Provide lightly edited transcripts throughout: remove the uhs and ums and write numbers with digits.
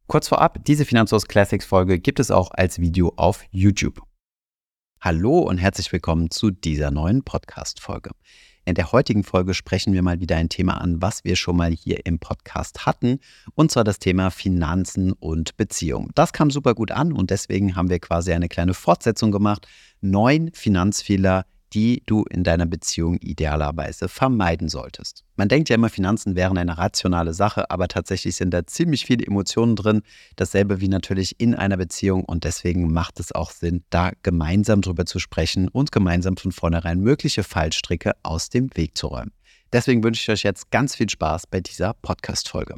Kurz vorab, diese Finanzhaus Classics Folge gibt es auch als Video auf YouTube. Hallo und herzlich willkommen zu dieser neuen Podcast-Folge. In der heutigen Folge sprechen wir mal wieder ein Thema an, was wir schon mal hier im Podcast hatten, und zwar das Thema Finanzen und Beziehung. Das kam super gut an und deswegen haben wir quasi eine kleine Fortsetzung gemacht. 9 Finanzfehler, die du in deiner Beziehung idealerweise vermeiden solltest. Man denkt ja immer, Finanzen wären eine rationale Sache, aber tatsächlich sind da ziemlich viele Emotionen drin. Dasselbe wie natürlich in einer Beziehung, und deswegen macht es auch Sinn, da gemeinsam drüber zu sprechen und gemeinsam von vornherein mögliche Fallstricke aus dem Weg zu räumen. Deswegen wünsche ich euch jetzt ganz viel Spaß bei dieser Podcast-Folge.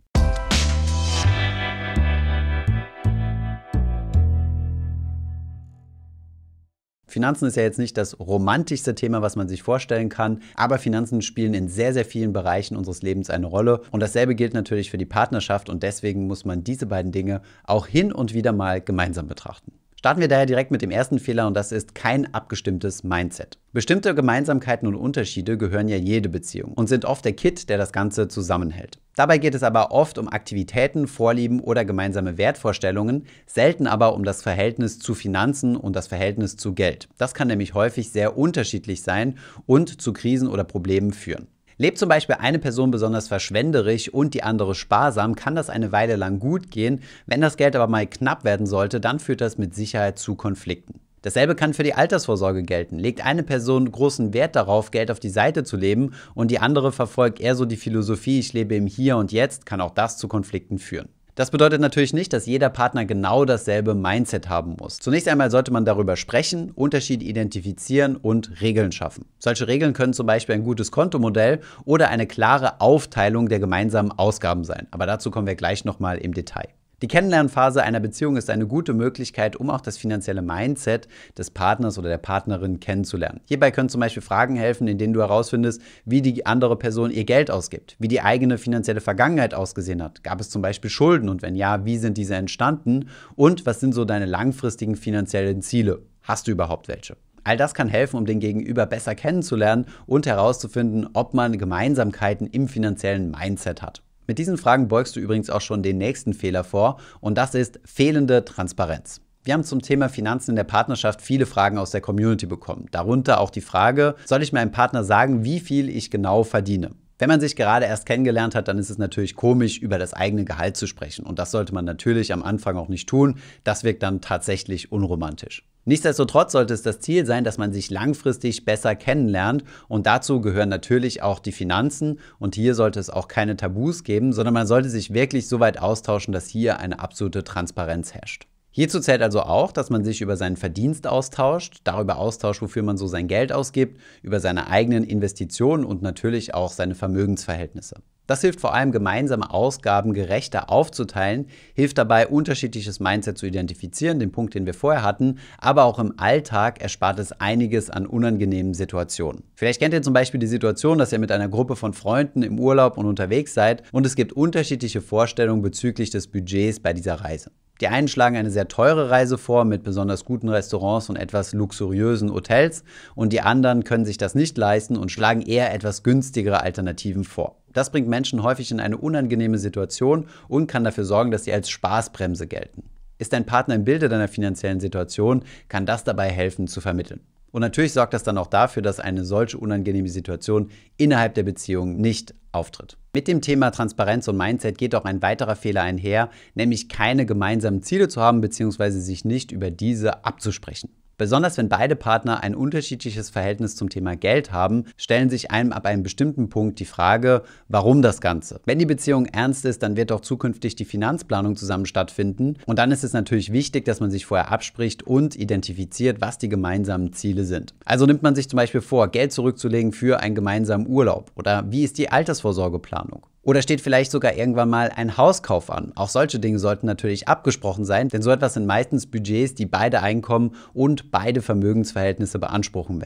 Finanzen ist ja jetzt nicht das romantischste Thema, was man sich vorstellen kann, aber Finanzen spielen in sehr, sehr vielen Bereichen unseres Lebens eine Rolle, und dasselbe gilt natürlich für die Partnerschaft, und deswegen muss man diese beiden Dinge auch hin und wieder mal gemeinsam betrachten. Starten wir daher direkt mit dem ersten Fehler, und das ist kein abgestimmtes Mindset. Bestimmte Gemeinsamkeiten und Unterschiede gehören ja jede Beziehung und sind oft der Kitt, der das Ganze zusammenhält. Dabei geht es aber oft um Aktivitäten, Vorlieben oder gemeinsame Wertvorstellungen, selten aber um das Verhältnis zu Finanzen und das Verhältnis zu Geld. Das kann nämlich häufig sehr unterschiedlich sein und zu Krisen oder Problemen führen. Lebt zum Beispiel eine Person besonders verschwenderisch und die andere sparsam, kann das eine Weile lang gut gehen. Wenn das Geld aber mal knapp werden sollte, dann führt das mit Sicherheit zu Konflikten. Dasselbe kann für die Altersvorsorge gelten. Legt eine Person großen Wert darauf, Geld auf die Seite zu leben, und die andere verfolgt eher so die Philosophie, ich lebe im Hier und Jetzt, kann auch das zu Konflikten führen. Das bedeutet natürlich nicht, dass jeder Partner genau dasselbe Mindset haben muss. Zunächst einmal sollte man darüber sprechen, Unterschiede identifizieren und Regeln schaffen. Solche Regeln können zum Beispiel ein gutes Kontomodell oder eine klare Aufteilung der gemeinsamen Ausgaben sein. Aber dazu kommen wir gleich nochmal im Detail. Die Kennenlernphase einer Beziehung ist eine gute Möglichkeit, um auch das finanzielle Mindset des Partners oder der Partnerin kennenzulernen. Hierbei können zum Beispiel Fragen helfen, in denen du herausfindest, wie die andere Person ihr Geld ausgibt, wie die eigene finanzielle Vergangenheit ausgesehen hat. Gab es zum Beispiel Schulden, und wenn ja, wie sind diese entstanden, und was sind so deine langfristigen finanziellen Ziele? Hast du überhaupt welche? All das kann helfen, um den Gegenüber besser kennenzulernen und herauszufinden, ob man Gemeinsamkeiten im finanziellen Mindset hat. Mit diesen Fragen beugst du übrigens auch schon den nächsten Fehler vor, und das ist fehlende Transparenz. Wir haben zum Thema Finanzen in der Partnerschaft viele Fragen aus der Community bekommen. Darunter auch die Frage, soll ich meinem Partner sagen, wie viel ich genau verdiene? Wenn man sich gerade erst kennengelernt hat, dann ist es natürlich komisch, über das eigene Gehalt zu sprechen. Und das sollte man natürlich am Anfang auch nicht tun. Das wirkt dann tatsächlich unromantisch. Nichtsdestotrotz sollte es das Ziel sein, dass man sich langfristig besser kennenlernt, und dazu gehören natürlich auch die Finanzen, und hier sollte es auch keine Tabus geben, sondern man sollte sich wirklich so weit austauschen, dass hier eine absolute Transparenz herrscht. Hierzu zählt also auch, dass man sich über seinen Verdienst austauscht, darüber austauscht, wofür man so sein Geld ausgibt, über seine eigenen Investitionen und natürlich auch seine Vermögensverhältnisse. Das hilft vor allem, gemeinsame Ausgaben gerechter aufzuteilen, hilft dabei, unterschiedliches Mindset zu identifizieren, den Punkt, den wir vorher hatten, aber auch im Alltag erspart es einiges an unangenehmen Situationen. Vielleicht kennt ihr zum Beispiel die Situation, dass ihr mit einer Gruppe von Freunden im Urlaub und unterwegs seid, und es gibt unterschiedliche Vorstellungen bezüglich des Budgets bei dieser Reise. Die einen schlagen eine sehr teure Reise vor mit besonders guten Restaurants und etwas luxuriösen Hotels, und die anderen können sich das nicht leisten und schlagen eher etwas günstigere Alternativen vor. Das bringt Menschen häufig in eine unangenehme Situation und kann dafür sorgen, dass sie als Spaßbremse gelten. Ist dein Partner im Bilde deiner finanziellen Situation, kann das dabei helfen zu vermitteln. Und natürlich sorgt das dann auch dafür, dass eine solche unangenehme Situation innerhalb der Beziehung nicht auftritt. Mit dem Thema Transparenz und Mindset geht auch ein weiterer Fehler einher, nämlich keine gemeinsamen Ziele zu haben bzw. sich nicht über diese abzusprechen. Besonders wenn beide Partner ein unterschiedliches Verhältnis zum Thema Geld haben, stellen sich einem ab einem bestimmten Punkt die Frage, warum das Ganze? Wenn die Beziehung ernst ist, dann wird auch zukünftig die Finanzplanung zusammen stattfinden, und dann ist es natürlich wichtig, dass man sich vorher abspricht und identifiziert, was die gemeinsamen Ziele sind. Also nimmt man sich zum Beispiel vor, Geld zurückzulegen für einen gemeinsamen Urlaub, oder wie ist die Altersvorsorgeplanung? Oder steht vielleicht sogar irgendwann mal ein Hauskauf an? Auch solche Dinge sollten natürlich abgesprochen sein, denn so etwas sind meistens Budgets, die beide Einkommen und beide Vermögensverhältnisse beanspruchen werden.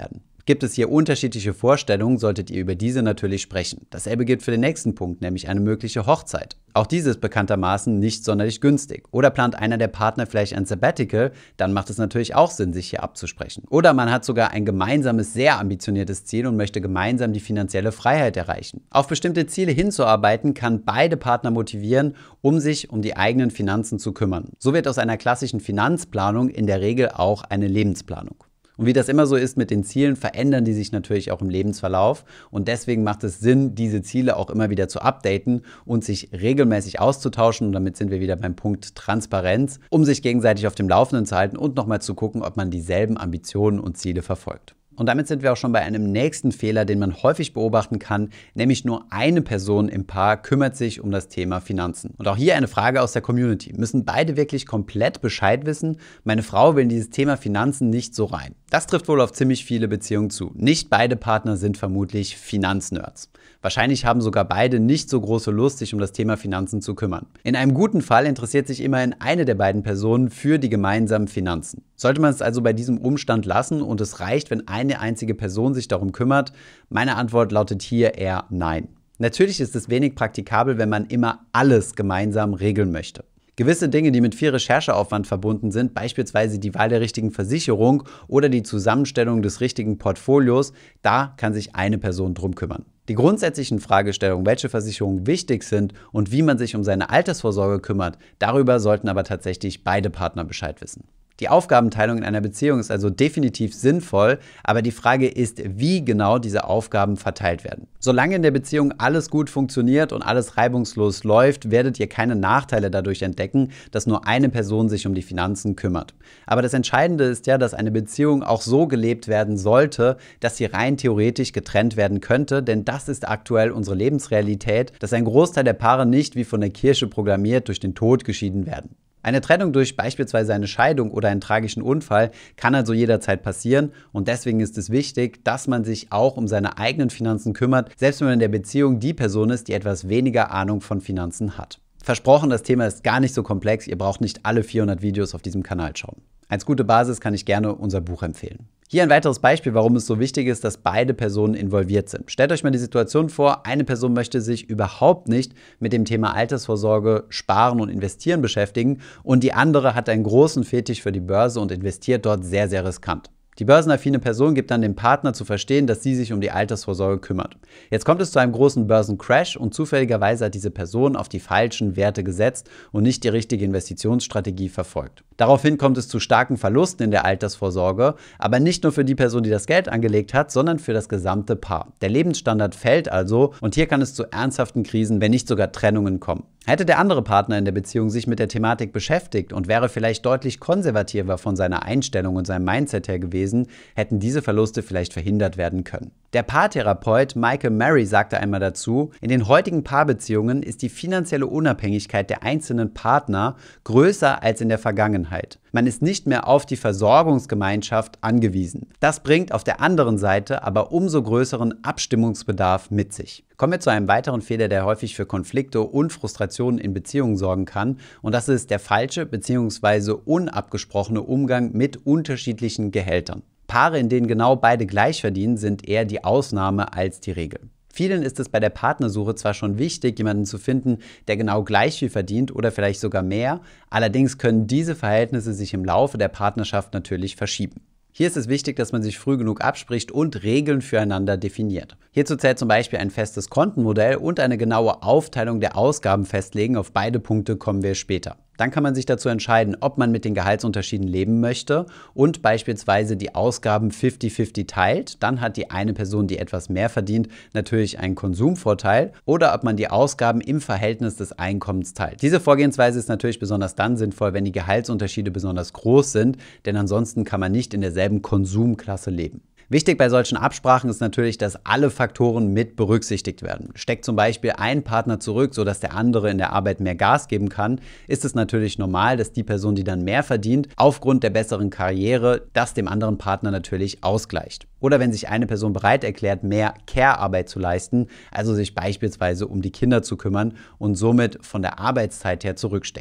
Gibt es hier unterschiedliche Vorstellungen, solltet ihr über diese natürlich sprechen. Dasselbe gilt für den nächsten Punkt, nämlich eine mögliche Hochzeit. Auch diese ist bekanntermaßen nicht sonderlich günstig. Oder plant einer der Partner vielleicht ein Sabbatical, dann macht es natürlich auch Sinn, sich hier abzusprechen. Oder man hat sogar ein gemeinsames, sehr ambitioniertes Ziel und möchte gemeinsam die finanzielle Freiheit erreichen. Auf bestimmte Ziele hinzuarbeiten kann beide Partner motivieren, um sich um die eigenen Finanzen zu kümmern. So wird aus einer klassischen Finanzplanung in der Regel auch eine Lebensplanung. Und wie das immer so ist mit den Zielen, verändern die sich natürlich auch im Lebensverlauf und deswegen macht es Sinn, diese Ziele auch immer wieder zu updaten und sich regelmäßig auszutauschen. Und damit sind wir wieder beim Punkt Transparenz, um sich gegenseitig auf dem Laufenden zu halten und nochmal zu gucken, ob man dieselben Ambitionen und Ziele verfolgt. Und damit sind wir auch schon bei einem nächsten Fehler, den man häufig beobachten kann, nämlich nur eine Person im Paar kümmert sich um das Thema Finanzen. Und auch hier eine Frage aus der Community. Müssen beide wirklich komplett Bescheid wissen? Meine Frau will in dieses Thema Finanzen nicht so rein. Das trifft wohl auf ziemlich viele Beziehungen zu. Nicht beide Partner sind vermutlich Finanznerds. Wahrscheinlich haben sogar beide nicht so große Lust, sich um das Thema Finanzen zu kümmern. In einem guten Fall interessiert sich immerhin eine der beiden Personen für die gemeinsamen Finanzen. Sollte man es also bei diesem Umstand lassen und es reicht, wenn eine einzige Person sich darum kümmert? Meine Antwort lautet hier eher nein. Natürlich ist es wenig praktikabel, wenn man immer alles gemeinsam regeln möchte. Gewisse Dinge, die mit viel Rechercheaufwand verbunden sind, beispielsweise die Wahl der richtigen Versicherung oder die Zusammenstellung des richtigen Portfolios, da kann sich eine Person drum kümmern. Die grundsätzlichen Fragestellungen, welche Versicherungen wichtig sind und wie man sich um seine Altersvorsorge kümmert, darüber sollten aber tatsächlich beide Partner Bescheid wissen. Die Aufgabenteilung in einer Beziehung ist also definitiv sinnvoll, aber die Frage ist, wie genau diese Aufgaben verteilt werden. Solange in der Beziehung alles gut funktioniert und alles reibungslos läuft, werdet ihr keine Nachteile dadurch entdecken, dass nur eine Person sich um die Finanzen kümmert. Aber das Entscheidende ist ja, dass eine Beziehung auch so gelebt werden sollte, dass sie rein theoretisch getrennt werden könnte, denn das ist aktuell unsere Lebensrealität, dass ein Großteil der Paare nicht wie von der Kirche programmiert durch den Tod geschieden werden. Eine Trennung durch beispielsweise eine Scheidung oder einen tragischen Unfall kann also jederzeit passieren und deswegen ist es wichtig, dass man sich auch um seine eigenen Finanzen kümmert, selbst wenn man in der Beziehung die Person ist, die etwas weniger Ahnung von Finanzen hat. Versprochen, das Thema ist gar nicht so komplex, ihr braucht nicht alle 400 Videos auf diesem Kanal schauen. Als gute Basis kann ich gerne unser Buch empfehlen. Hier ein weiteres Beispiel, warum es so wichtig ist, dass beide Personen involviert sind. Stellt euch mal die Situation vor, eine Person möchte sich überhaupt nicht mit dem Thema Altersvorsorge, Sparen und Investieren beschäftigen und die andere hat einen großen Fetisch für die Börse und investiert dort sehr, sehr riskant. Die börsenaffine Person gibt dann dem Partner zu verstehen, dass sie sich um die Altersvorsorge kümmert. Jetzt kommt es zu einem großen Börsencrash und zufälligerweise hat diese Person auf die falschen Werte gesetzt und nicht die richtige Investitionsstrategie verfolgt. Daraufhin kommt es zu starken Verlusten in der Altersvorsorge, aber nicht nur für die Person, die das Geld angelegt hat, sondern für das gesamte Paar. Der Lebensstandard fällt also und hier kann es zu ernsthaften Krisen, wenn nicht sogar Trennungen kommen. Hätte der andere Partner in der Beziehung sich mit der Thematik beschäftigt und wäre vielleicht deutlich konservativer von seiner Einstellung und seinem Mindset her gewesen, hätten diese Verluste vielleicht verhindert werden können. Der Paartherapeut Michael Murray sagte einmal dazu, in den heutigen Paarbeziehungen ist die finanzielle Unabhängigkeit der einzelnen Partner größer als in der Vergangenheit. Man ist nicht mehr auf die Versorgungsgemeinschaft angewiesen. Das bringt auf der anderen Seite aber umso größeren Abstimmungsbedarf mit sich. Kommen wir zu einem weiteren Fehler, der häufig für Konflikte und Frustrationen in Beziehungen sorgen kann. Und das ist der falsche bzw. unabgesprochene Umgang mit unterschiedlichen Gehältern. Paare, in denen genau beide gleich verdienen, sind eher die Ausnahme als die Regel. Vielen ist es bei der Partnersuche zwar schon wichtig, jemanden zu finden, der genau gleich viel verdient oder vielleicht sogar mehr, allerdings können diese Verhältnisse sich im Laufe der Partnerschaft natürlich verschieben. Hier ist es wichtig, dass man sich früh genug abspricht und Regeln füreinander definiert. Hierzu zählt zum Beispiel ein festes Kontenmodell und eine genaue Aufteilung der Ausgaben festlegen. Auf beide Punkte kommen wir später. Dann kann man sich dazu entscheiden, ob man mit den Gehaltsunterschieden leben möchte und beispielsweise die Ausgaben 50-50 teilt. Dann hat die eine Person, die etwas mehr verdient, natürlich einen Konsumvorteil oder ob man die Ausgaben im Verhältnis des Einkommens teilt. Diese Vorgehensweise ist natürlich besonders dann sinnvoll, wenn die Gehaltsunterschiede besonders groß sind, denn ansonsten kann man nicht in derselben Konsumklasse leben. Wichtig bei solchen Absprachen ist natürlich, dass alle Faktoren mit berücksichtigt werden. Steckt zum Beispiel ein Partner zurück, sodass der andere in der Arbeit mehr Gas geben kann, ist es natürlich normal, dass die Person, die dann mehr verdient, aufgrund der besseren Karriere das dem anderen Partner natürlich ausgleicht. Oder wenn sich eine Person bereit erklärt, mehr Care-Arbeit zu leisten, also sich beispielsweise um die Kinder zu kümmern und somit von der Arbeitszeit her zurücksteckt.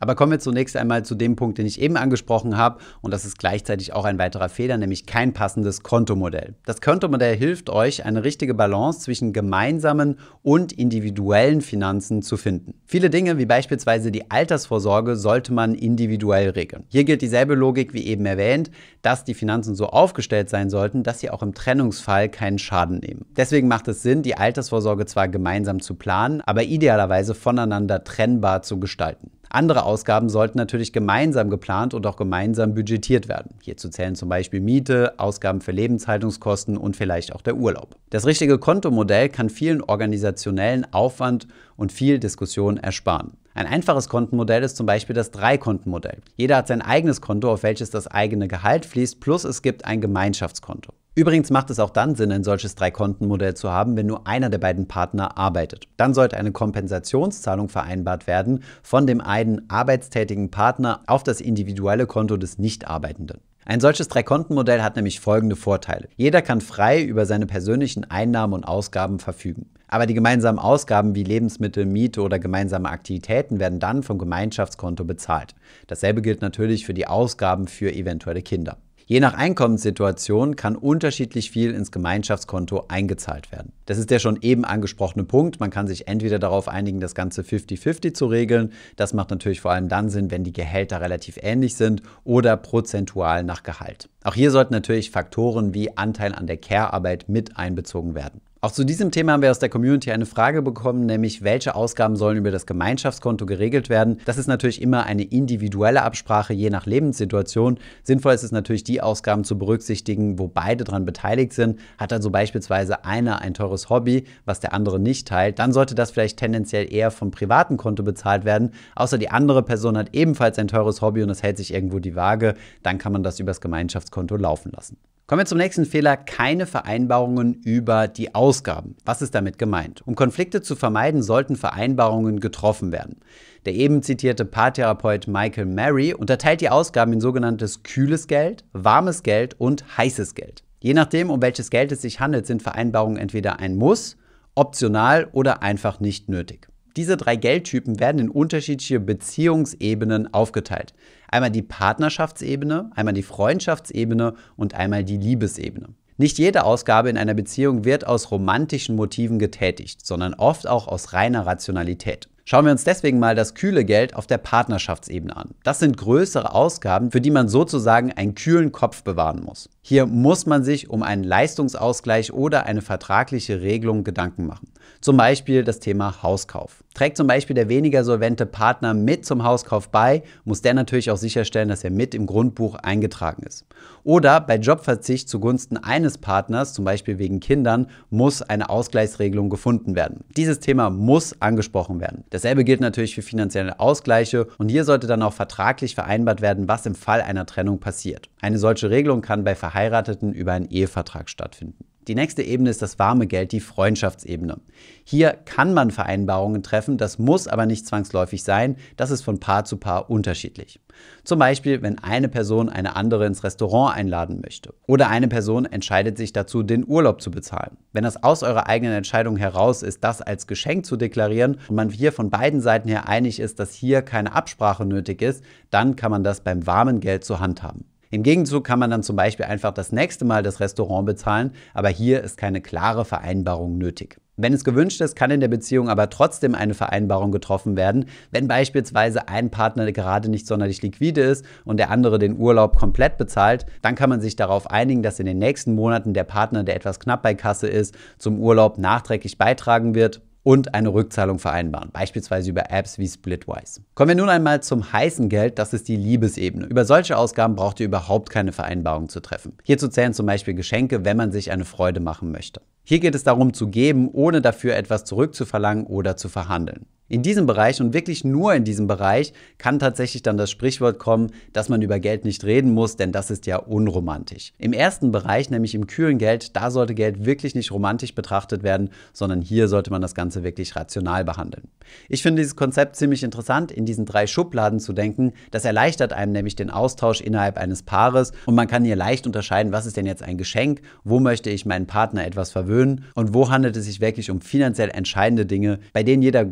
Aber kommen wir zunächst einmal zu dem Punkt, den ich eben angesprochen habe, und das ist gleichzeitig auch ein weiterer Fehler, nämlich kein passendes Kontomodell. Das Kontomodell hilft euch, eine richtige Balance zwischen gemeinsamen und individuellen Finanzen zu finden. Viele Dinge, wie beispielsweise die Altersvorsorge, sollte man individuell regeln. Hier gilt dieselbe Logik wie eben erwähnt, dass die Finanzen so aufgestellt sein sollten, dass sie auch im Trennungsfall keinen Schaden nehmen. Deswegen macht es Sinn, die Altersvorsorge zwar gemeinsam zu planen, aber idealerweise voneinander trennbar zu gestalten. Andere Ausgaben sollten natürlich gemeinsam geplant und auch gemeinsam budgetiert werden. Hierzu zählen zum Beispiel Miete, Ausgaben für Lebenshaltungskosten und vielleicht auch der Urlaub. Das richtige Kontomodell kann vielen organisationellen Aufwand und viel Diskussion ersparen. Ein einfaches Kontenmodell ist zum Beispiel das Dreikontenmodell. Jeder hat sein eigenes Konto, auf welches das eigene Gehalt fließt, plus es gibt ein Gemeinschaftskonto. Übrigens macht es auch dann Sinn, ein solches Dreikontenmodell zu haben, wenn nur einer der beiden Partner arbeitet. Dann sollte eine Kompensationszahlung vereinbart werden von dem einen arbeitstätigen Partner auf das individuelle Konto des Nichtarbeitenden. Ein solches Dreikontenmodell hat nämlich folgende Vorteile. Jeder kann frei über seine persönlichen Einnahmen und Ausgaben verfügen. Aber die gemeinsamen Ausgaben wie Lebensmittel, Miete oder gemeinsame Aktivitäten werden dann vom Gemeinschaftskonto bezahlt. Dasselbe gilt natürlich für die Ausgaben für eventuelle Kinder. Je nach Einkommenssituation kann unterschiedlich viel ins Gemeinschaftskonto eingezahlt werden. Das ist der schon eben angesprochene Punkt. Man kann sich entweder darauf einigen, das Ganze 50-50 zu regeln. Das macht natürlich vor allem dann Sinn, wenn die Gehälter relativ ähnlich sind, oder prozentual nach Gehalt. Auch hier sollten natürlich Faktoren wie Anteil an der Care-Arbeit mit einbezogen werden. Auch zu diesem Thema haben wir aus der Community eine Frage bekommen, nämlich welche Ausgaben sollen über das Gemeinschaftskonto geregelt werden. Das ist natürlich immer eine individuelle Absprache, je nach Lebenssituation. Sinnvoll ist es natürlich, die Ausgaben zu berücksichtigen, wo beide daran beteiligt sind. Hat also beispielsweise einer ein teures Hobby, was der andere nicht teilt, dann sollte das vielleicht tendenziell eher vom privaten Konto bezahlt werden. Außer die andere Person hat ebenfalls ein teures Hobby und es hält sich irgendwo die Waage, dann kann man das übers Gemeinschaftskonto laufen lassen. Kommen wir zum nächsten Fehler: keine Vereinbarungen über die Ausgaben. Was ist damit gemeint? Um Konflikte zu vermeiden, sollten Vereinbarungen getroffen werden. Der eben zitierte Paartherapeut Michael Mary unterteilt die Ausgaben in sogenanntes kühles Geld, warmes Geld und heißes Geld. Je nachdem, um welches Geld es sich handelt, sind Vereinbarungen entweder ein Muss, optional oder einfach nicht nötig. Diese drei Geldtypen werden in unterschiedliche Beziehungsebenen aufgeteilt. Einmal die Partnerschaftsebene, einmal die Freundschaftsebene und einmal die Liebesebene. Nicht jede Ausgabe in einer Beziehung wird aus romantischen Motiven getätigt, sondern oft auch aus reiner Rationalität. Schauen wir uns deswegen mal das kühle Geld auf der Partnerschaftsebene an. Das sind größere Ausgaben, für die man sozusagen einen kühlen Kopf bewahren muss. Hier muss man sich um einen Leistungsausgleich oder eine vertragliche Regelung Gedanken machen. Zum Beispiel das Thema Hauskauf. Trägt zum Beispiel der weniger solvente Partner mit zum Hauskauf bei, muss der natürlich auch sicherstellen, dass er mit im Grundbuch eingetragen ist. Oder bei Jobverzicht zugunsten eines Partners, zum Beispiel wegen Kindern, muss eine Ausgleichsregelung gefunden werden. Dieses Thema muss angesprochen werden. Dasselbe gilt natürlich für finanzielle Ausgleiche und hier sollte dann auch vertraglich vereinbart werden, was im Fall einer Trennung passiert. Eine solche Regelung kann bei Verheirateten über einen Ehevertrag stattfinden. Die nächste Ebene ist das warme Geld, die Freundschaftsebene. Hier kann man Vereinbarungen treffen, das muss aber nicht zwangsläufig sein, das ist von Paar zu Paar unterschiedlich. Zum Beispiel, wenn eine Person eine andere ins Restaurant einladen möchte. Oder eine Person entscheidet sich dazu, den Urlaub zu bezahlen. Wenn das aus eurer eigenen Entscheidung heraus ist, das als Geschenk zu deklarieren und man hier von beiden Seiten her einig ist, dass hier keine Absprache nötig ist, dann kann man das beim warmen Geld zur Hand haben. Im Gegenzug kann man dann zum Beispiel einfach das nächste Mal das Restaurant bezahlen, aber hier ist keine klare Vereinbarung nötig. Wenn es gewünscht ist, kann in der Beziehung aber trotzdem eine Vereinbarung getroffen werden, wenn beispielsweise ein Partner gerade nicht sonderlich liquide ist und der andere den Urlaub komplett bezahlt, dann kann man sich darauf einigen, dass in den nächsten Monaten der Partner, der etwas knapp bei Kasse ist, zum Urlaub nachträglich beitragen wird und eine Rückzahlung vereinbaren, beispielsweise über Apps wie Splitwise. Kommen wir nun einmal zum heißen Geld, das ist die Liebesebene. Über solche Ausgaben braucht ihr überhaupt keine Vereinbarung zu treffen. Hierzu zählen zum Beispiel Geschenke, wenn man sich eine Freude machen möchte. Hier geht es darum zu geben, ohne dafür etwas zurückzuverlangen oder zu verhandeln. In diesem Bereich und wirklich nur in diesem Bereich kann tatsächlich dann das Sprichwort kommen, dass man über Geld nicht reden muss, denn das ist ja unromantisch. Im ersten Bereich, nämlich im kühlen Geld, da sollte Geld wirklich nicht romantisch betrachtet werden, sondern hier sollte man das Ganze wirklich rational behandeln. Ich finde dieses Konzept ziemlich interessant, in diesen 3 Schubladen zu denken. Das erleichtert einem nämlich den Austausch innerhalb eines Paares und man kann hier leicht unterscheiden, was ist denn jetzt ein Geschenk, wo möchte ich meinen Partner etwas verwöhnen und wo handelt es sich wirklich um finanziell entscheidende Dinge, bei denen jeder Bescheid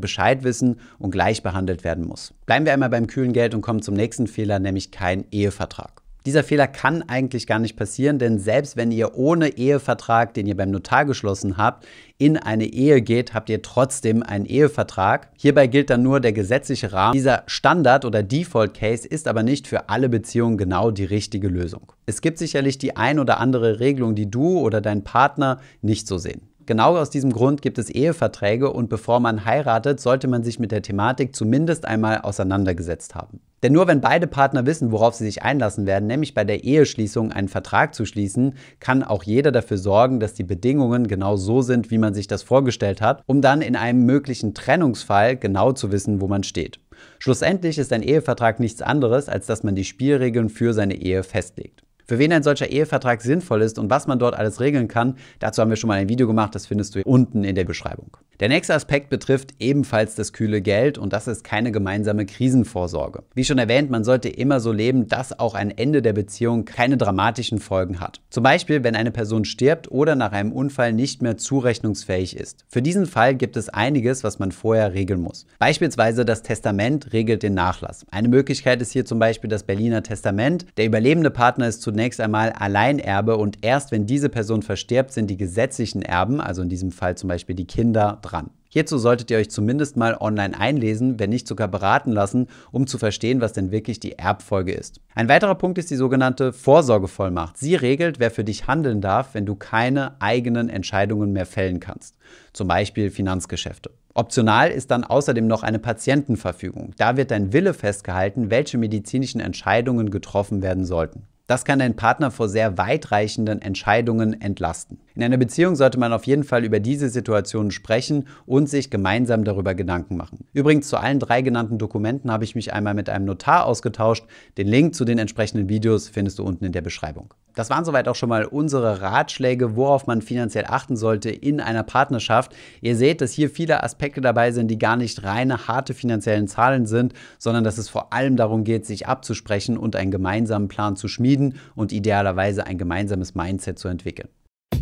wissen und gleich behandelt werden muss. Bleiben wir einmal beim kühlen Geld und kommen zum nächsten Fehler, nämlich kein Ehevertrag. Dieser Fehler kann eigentlich gar nicht passieren, denn selbst wenn ihr ohne Ehevertrag, den ihr beim Notar geschlossen habt, in eine Ehe geht, habt ihr trotzdem einen Ehevertrag. Hierbei gilt dann nur der gesetzliche Rahmen. Dieser Standard- oder Default-Case ist aber nicht für alle Beziehungen genau die richtige Lösung. Es gibt sicherlich die ein oder andere Regelung, die du oder dein Partner nicht so sehen. Genau aus diesem Grund gibt es Eheverträge und bevor man heiratet, sollte man sich mit der Thematik zumindest einmal auseinandergesetzt haben. Denn nur wenn beide Partner wissen, worauf sie sich einlassen werden, nämlich bei der Eheschließung einen Vertrag zu schließen, kann auch jeder dafür sorgen, dass die Bedingungen genau so sind, wie man sich das vorgestellt hat, um dann in einem möglichen Trennungsfall genau zu wissen, wo man steht. Schlussendlich ist ein Ehevertrag nichts anderes, als dass man die Spielregeln für seine Ehe festlegt. Für wen ein solcher Ehevertrag sinnvoll ist und was man dort alles regeln kann, dazu haben wir schon mal ein Video gemacht, das findest du unten in der Beschreibung. Der nächste Aspekt betrifft ebenfalls das kühle Geld und das ist keine gemeinsame Krisenvorsorge. Wie schon erwähnt, man sollte immer so leben, dass auch ein Ende der Beziehung keine dramatischen Folgen hat. Zum Beispiel, wenn eine Person stirbt oder nach einem Unfall nicht mehr zurechnungsfähig ist. Für diesen Fall gibt es einiges, was man vorher regeln muss. Beispielsweise das Testament regelt den Nachlass. Eine Möglichkeit ist hier zum Beispiel das Berliner Testament. Der überlebende Partner ist zunächst einmal Alleinerbe und erst wenn diese Person verstirbt, sind die gesetzlichen Erben, also in diesem Fall zum Beispiel die Kinder, dran. Hierzu solltet ihr euch zumindest mal online einlesen, wenn nicht sogar beraten lassen, um zu verstehen, was denn wirklich die Erbfolge ist. Ein weiterer Punkt ist die sogenannte Vorsorgevollmacht. Sie regelt, wer für dich handeln darf, wenn du keine eigenen Entscheidungen mehr fällen kannst. Zum Beispiel Finanzgeschäfte. Optional ist dann außerdem noch eine Patientenverfügung. Da wird dein Wille festgehalten, welche medizinischen Entscheidungen getroffen werden sollten. Das kann deinen Partner vor sehr weitreichenden Entscheidungen entlasten. In einer Beziehung sollte man auf jeden Fall über diese Situationen sprechen und sich gemeinsam darüber Gedanken machen. Übrigens zu allen 3 genannten Dokumenten habe ich mich einmal mit einem Notar ausgetauscht. Den Link zu den entsprechenden Videos findest du unten in der Beschreibung. Das waren soweit auch schon mal unsere Ratschläge, worauf man finanziell achten sollte in einer Partnerschaft. Ihr seht, dass hier viele Aspekte dabei sind, die gar nicht reine, harte finanziellen Zahlen sind, sondern dass es vor allem darum geht, sich abzusprechen und einen gemeinsamen Plan zu schmieden und idealerweise ein gemeinsames Mindset zu entwickeln.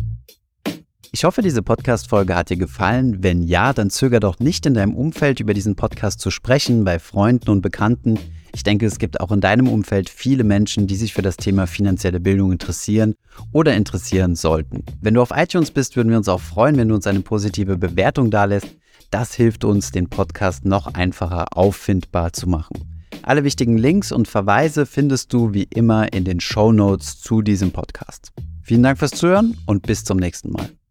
Ich hoffe, diese Podcast-Folge hat dir gefallen. Wenn ja, dann zöger doch nicht in deinem Umfeld über diesen Podcast zu sprechen, bei Freunden und Bekannten. Ich denke, es gibt auch in deinem Umfeld viele Menschen, die sich für das Thema finanzielle Bildung interessieren oder interessieren sollten. Wenn du auf iTunes bist, würden wir uns auch freuen, wenn du uns eine positive Bewertung dalässt. Das hilft uns, den Podcast noch einfacher auffindbar zu machen. Alle wichtigen Links und Verweise findest du wie immer in den Shownotes zu diesem Podcast. Vielen Dank fürs Zuhören und bis zum nächsten Mal.